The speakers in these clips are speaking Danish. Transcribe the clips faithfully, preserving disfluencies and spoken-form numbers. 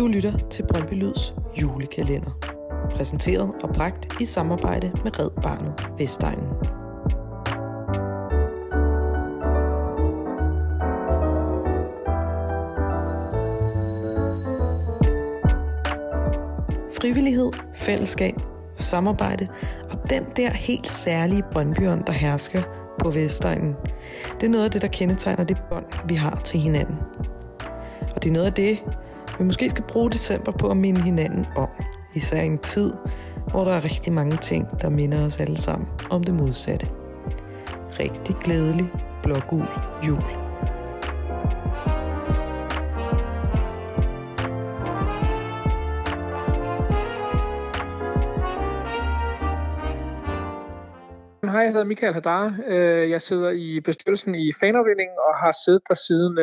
Du lytter til Brøndby Lyds julekalender. Præsenteret og bragt i samarbejde med Red Barnet Vestegnen. Frivillighed, fællesskab, samarbejde og den der helt særlige Brøndbyånd, der hersker på Vestegnen. Det er noget af det, der kendetegner det bånd, vi har til hinanden. Og det er noget af det, vi måske skal bruge december på at minde hinanden om. Især i en tid, hvor der er rigtig mange ting, der minder os alle sammen om det modsatte. Rigtig glædelig blågul jul. Hej, jeg hedder Michael Hadar. Jeg sidder i bestyrelsen i fanafdelingen og har siddet der siden,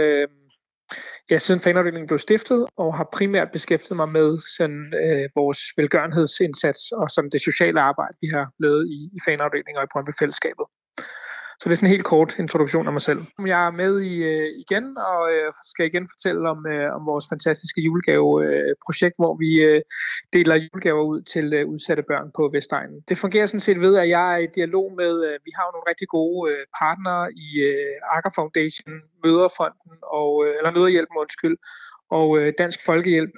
ja, siden fanafdelingen blev stiftet, og har primært beskæftiget mig med sådan, øh, vores velgørenhedsindsats og sådan det sociale arbejde, vi har lavet i, i fanafdelingen og i Brøndby Fællesskabet. Så det er sådan en helt kort introduktion af mig selv. Jeg er med i, øh, igen og øh, skal igen fortælle om, øh, om vores fantastiske julegaveprojekt, øh, hvor vi øh, deler julegaver ud til øh, udsatte børn på Vestegnen. Det fungerer sådan set ved, at jeg er i dialog med, øh, vi har jo nogle rigtig gode øh, partnere i øh, Akker Foundation, Møderfonden, og, øh, eller Møderhjælpen, undskyld, og øh, Dansk Folkehjælp,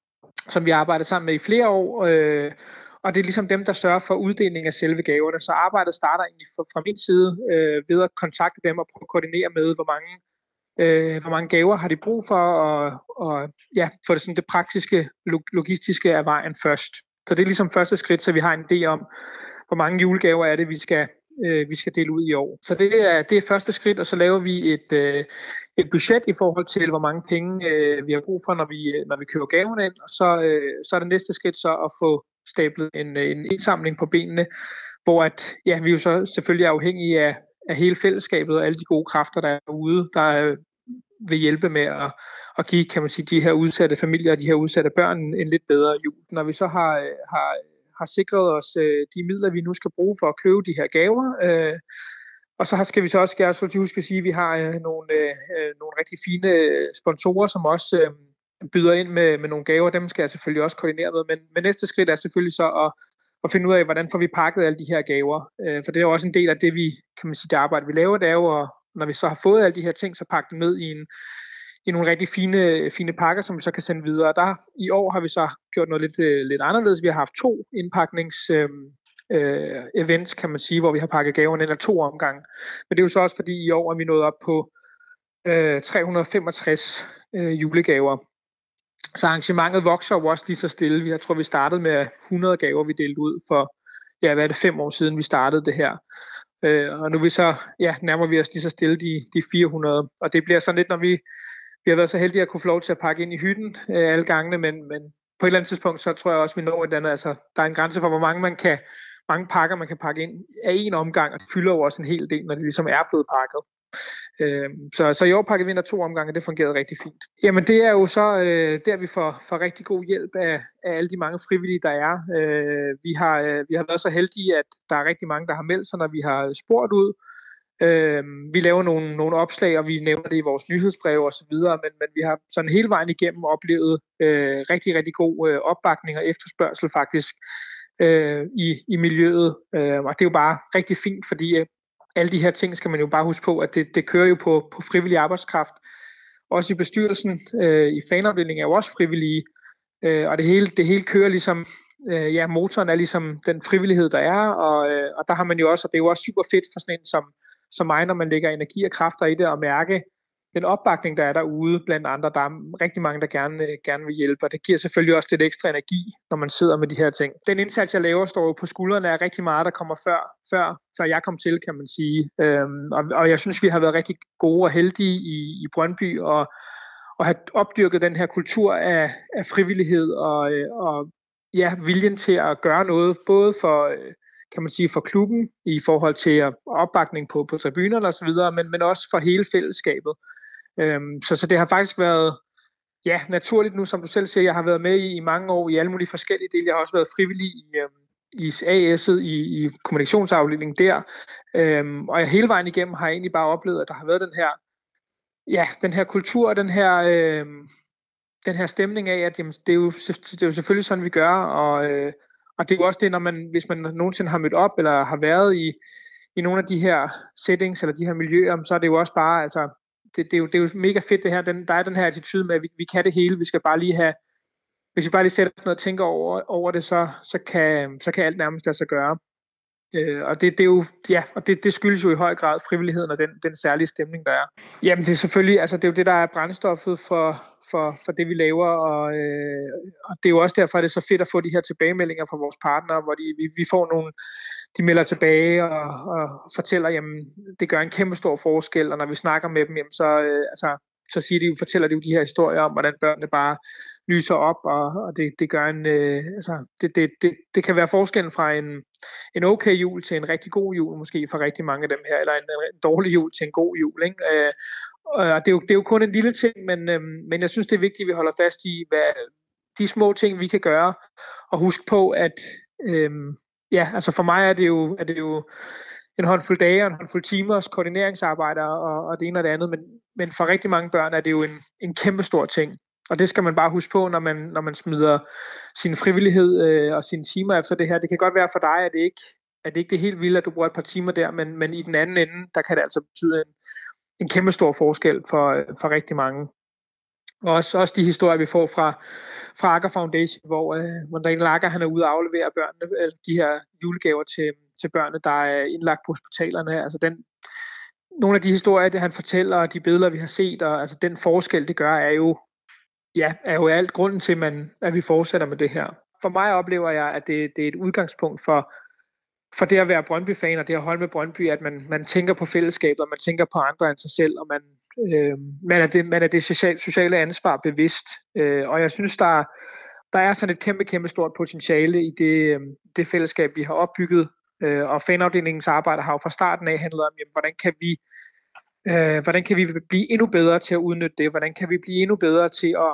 som vi har arbejdet sammen med i flere år. Øh, Og det er ligesom dem, der sørger for uddelingen af selve gaverne. Så arbejdet starter egentlig fra min side øh, ved at kontakte dem og prøve at koordinere med, hvor mange, øh, hvor mange gaver har de brug for, og, og ja, få det, sådan det praktiske, logistiske af vejen først. Så det er ligesom første skridt, så vi har en idé om, hvor mange julegaver er det, vi skal, øh, vi skal dele ud i år. Så det er, det er første skridt, og så laver vi et, øh, et budget i forhold til, hvor mange penge øh, vi har brug for, når vi, når vi køber gaverne ind. Og så, øh, så er det næste skridt så at få stablet en, en indsamling på benene, hvor at, ja, vi jo så selvfølgelig er afhængige af, af hele fællesskabet og alle de gode kræfter, der er ude, der øh, vil hjælpe med at, at give, kan man sige, de her udsatte familier og de her udsatte børn en lidt bedre jul. Når vi så har, har, har sikret os øh, de midler, vi nu skal bruge for at købe de her gaver, øh, og så skal vi så også gerne så huske at sige, at vi har øh, nogle, øh, nogle rigtig fine sponsorer, som også øh, byder ind med, med nogle gaver. Dem skal jeg selvfølgelig også koordinere med, men, men næste skridt er selvfølgelig så at, at finde ud af, hvordan får vi pakket alle de her gaver. Øh, for det er jo også en del af det, vi, kan man sige, det arbejde, vi laver, det er jo, at, når vi så har fået alle de her ting, så pakke dem ned i, en, i nogle rigtig fine, fine pakker, som vi så kan sende videre. Og der, i år har vi så gjort noget lidt, lidt anderledes. Vi har haft to indpaknings øh, øh, events, kan man sige, hvor vi har pakket gaverne ind af to omgange. Men det er jo så også fordi i år er vi nået op på øh, tre hundrede og femogtres øh, julegaver. Så arrangementet vokser jo også lige så stille. Jeg tror, vi startede med hundrede gaver, vi delte ud for, ja, hvad er det, fem år siden, vi startede det her. Øh, og nu er vi så, ja, nærmer vi os lige så stille de, de fire hundrede. Og det bliver sådan lidt, når vi, vi har været så heldige at kunne få lov til at pakke ind i hytten øh, alle gangene, men, men på et eller andet tidspunkt, så tror jeg også, vi når et andet. Altså, der er en grænse for, hvor mange man kan, mange pakker man kan pakke ind af en omgang, og det fylder jo også en hel del, når det ligesom er blevet pakket. Så, så i år pakkede vi ind af to omgange, og det fungerede rigtig fint. Jamen det er jo så øh, der, vi får, får rigtig god hjælp af, af alle de mange frivillige, der er. Øh, vi, har, øh, vi har været så heldige, at der er rigtig mange, der har meldt sig, når vi har spurgt ud. Øh, vi laver nogle, nogle opslag, og vi nævner det i vores nyhedsbreve osv., men, men vi har sådan hele vejen igennem oplevet øh, rigtig, rigtig god øh, opbakning og efterspørgsel faktisk øh, i, i miljøet. Øh, og det er jo bare rigtig fint, fordi øh, alle de her ting skal man jo bare huske på, at det, det kører jo på, på frivillig arbejdskraft. Også i bestyrelsen, øh, i fanafdelingen er jo også frivillige, øh, og det hele, det hele kører ligesom, øh, ja, motoren er ligesom den frivillighed, der er, og, øh, og der har man jo også, og det er jo også super fedt for sådan en som, som mig, når man lægger energi og kræfter i det, og mærke den opbakning, der er derude blandt andre. Der er rigtig mange, der gerne, gerne vil hjælpe, og det giver selvfølgelig også lidt ekstra energi, når man sidder med de her ting. Den indsats, jeg laver, står jo på skuldrene af rigtig meget, der kommer før, før, før jeg kom til, kan man sige. Øhm, og, og jeg synes, vi har været rigtig gode og heldige i, i Brøndby, og, og have opdyrket den her kultur af, af frivillighed og, og ja, viljen til at gøre noget, både for, kan man sige, for klubben i forhold til opbakning på, på tribunerne og så videre, men, men også for hele fællesskabet. Øhm, så, så det har faktisk været, ja, naturligt nu, som du selv siger, jeg har været med i, i mange år i alle mulige forskellige dele. Jeg har også været frivillig i, øhm, i A S'et, i, i kommunikationsafdelingen der, øhm, og jeg hele vejen igennem har jeg egentlig bare oplevet, at der har været den her, ja, den her kultur, den her, øhm, den her stemning af, at jamen, det, er jo, det er jo selvfølgelig sådan, vi gør, og, øh, og det er jo også det, når man, hvis man nogensinde har mødt op, eller har været i, i nogle af de her settings, eller de her miljøer, så er det jo også bare, altså, det, det, er, jo, det er jo mega fedt det her, den, der er den her attitude med, at vi, vi kan det hele, vi skal bare lige have, hvis vi bare lige sætter os ned og tænker over, over det, så, så, kan, så kan alt nærmest lade sig gøre. Øh, og det, det er jo, ja, og det, det skyldes jo i høj grad frivilligheden og den, den særlige stemning, der er. Jamen det er selvfølgelig, altså det er jo det, der er brændstoffet for, for, for det, vi laver, og, øh, og det er jo også derfor, at det er så fedt at få de her tilbagemeldinger fra vores partnere, hvor de, vi, vi får nogle, de melder tilbage og, og fortæller, jamen det gør en kæmpe stor forskel, og når vi snakker med dem, jamen, så, øh, altså, så siger de jo, fortæller de jo de her historier om, hvordan børnene bare lyser op, og, og det, det gør en, øh, altså det, det, det, det kan være forskellen fra en, en okay jul til en rigtig god jul, måske for rigtig mange af dem her, eller en, en dårlig jul til en god jul, ikke? Øh, og det er, jo, det er jo kun en lille ting, men, øh, men jeg synes, det er vigtigt, at vi holder fast i, hvad de små ting, vi kan gøre, og huske på, at øh, ja, altså for mig er det jo, er det jo en håndfuld dage og en håndfuld timers koordineringsarbejde og, og det ene og det andet, men, men for rigtig mange børn er det jo en, en kæmpe stor ting. Og det skal man bare huske på, når man, når man smider sin frivillighed øh, og sine timer efter det her. Det kan godt være for dig, at det ikke, at det ikke er helt vildt, at du bruger et par timer der, men, men i den anden ende, der kan det altså betyde en, en kæmpe stor forskel for, for rigtig mange. Og også, også de historier, vi får fra, fra Akker Foundation, hvor, øh, hvor Daniel Akker, han er ude og aflevere børnene, eller de her julegaver til, til børnene, der er indlagt på hospitalerne. Altså den, nogle af de historier, det han fortæller, og de billeder, vi har set, og altså den forskel, det gør, er jo Ja, er jo alt grunden til, man, at vi fortsætter med det her. For mig oplever jeg, at det, det er et udgangspunkt for, for det at være Brøndby-fan, og det at holde med Brøndby, at man, man tænker på fællesskabet, og man tænker på andre end sig selv, og man, øh, man, er, det, man er det sociale, sociale ansvar bevidst. Øh, og jeg synes, der, der er sådan et kæmpe, kæmpe stort potentiale i det, det fællesskab, vi har opbygget. Øh, og fanafdelingens arbejde har jo fra starten af handlet om, jamen, hvordan kan vi Øh, hvordan kan vi blive endnu bedre til at udnytte det? Hvordan kan vi blive endnu bedre til at,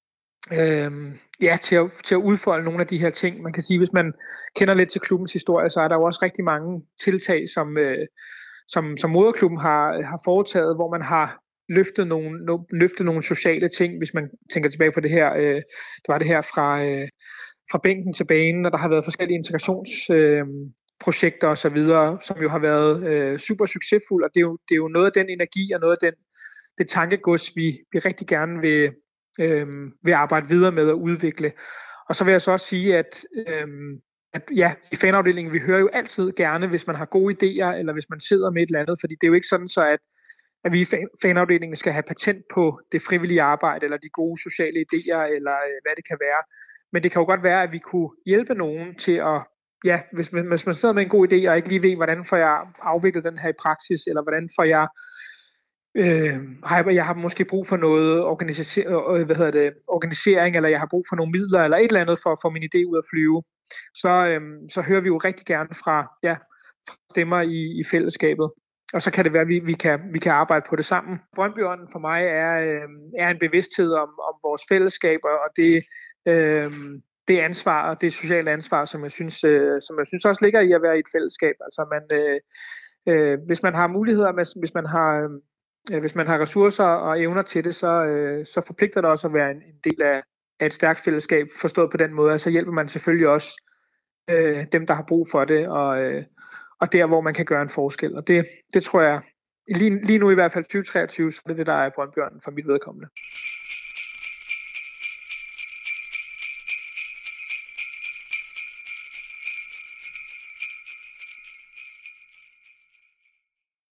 øh, ja, til at, til at udfolde nogle af de her ting? Man kan sige, hvis man kender lidt til klubbens historie, så er der jo også rigtig mange tiltag, som, øh, som, som moderklubben har, har foretaget, hvor man har løftet nogle, no, løftet nogle sociale ting, hvis man tænker tilbage på det her. Øh, det var det her fra, øh, fra bænken til banen, og der har været forskellige integrations øh, projekter og så videre, som jo har været øh, super succesfulde, og det er, jo, det er jo noget af den energi og noget af den, det tankegods, vi, vi rigtig gerne vil, øh, vil arbejde videre med at udvikle. Og så vil jeg så også sige, at, øh, at ja, i fanafdelingen, vi hører jo altid gerne, hvis man har gode idéer, eller hvis man sidder med et eller andet, fordi det er jo ikke sådan så, at, at vi i fanafdelingen skal have patent på det frivillige arbejde, eller de gode sociale idéer, eller øh, hvad det kan være. Men det kan jo godt være, at vi kunne hjælpe nogen til at Ja, hvis man, hvis man sidder med en god idé, og ikke lige ved, hvordan får jeg afviklet den her i praksis, eller hvordan får jeg, øh, har jeg har måske brug for noget organiser- hvad hedder det, organisering, eller jeg har brug for nogle midler, eller et eller andet for at få min idé ud at flyve, så, øh, så hører vi jo rigtig gerne fra, ja, fra stemmer i, i fællesskabet. Og så kan det være, at vi, vi, kan, vi kan arbejde på det sammen. Brøndbyånden for mig er, øh, er en bevidsthed om, om vores fællesskaber, og det øh, det ansvar og det sociale ansvar, som jeg synes, øh, som jeg synes også ligger i at være i et fællesskab. Altså man, øh, øh, hvis man har muligheder, hvis man har, øh, hvis man har ressourcer og evner til det, så, øh, så forpligter det også at være en, en del af, af et stærkt fællesskab, forstået på den måde. Altså hjælper man selvfølgelig også øh, dem, der har brug for det, og, øh, og der, hvor man kan gøre en forskel. Og det, det tror jeg, lige, lige nu i hvert fald tyve treogtyve, så er det det, der er Brøndbyånden for mit vedkommende.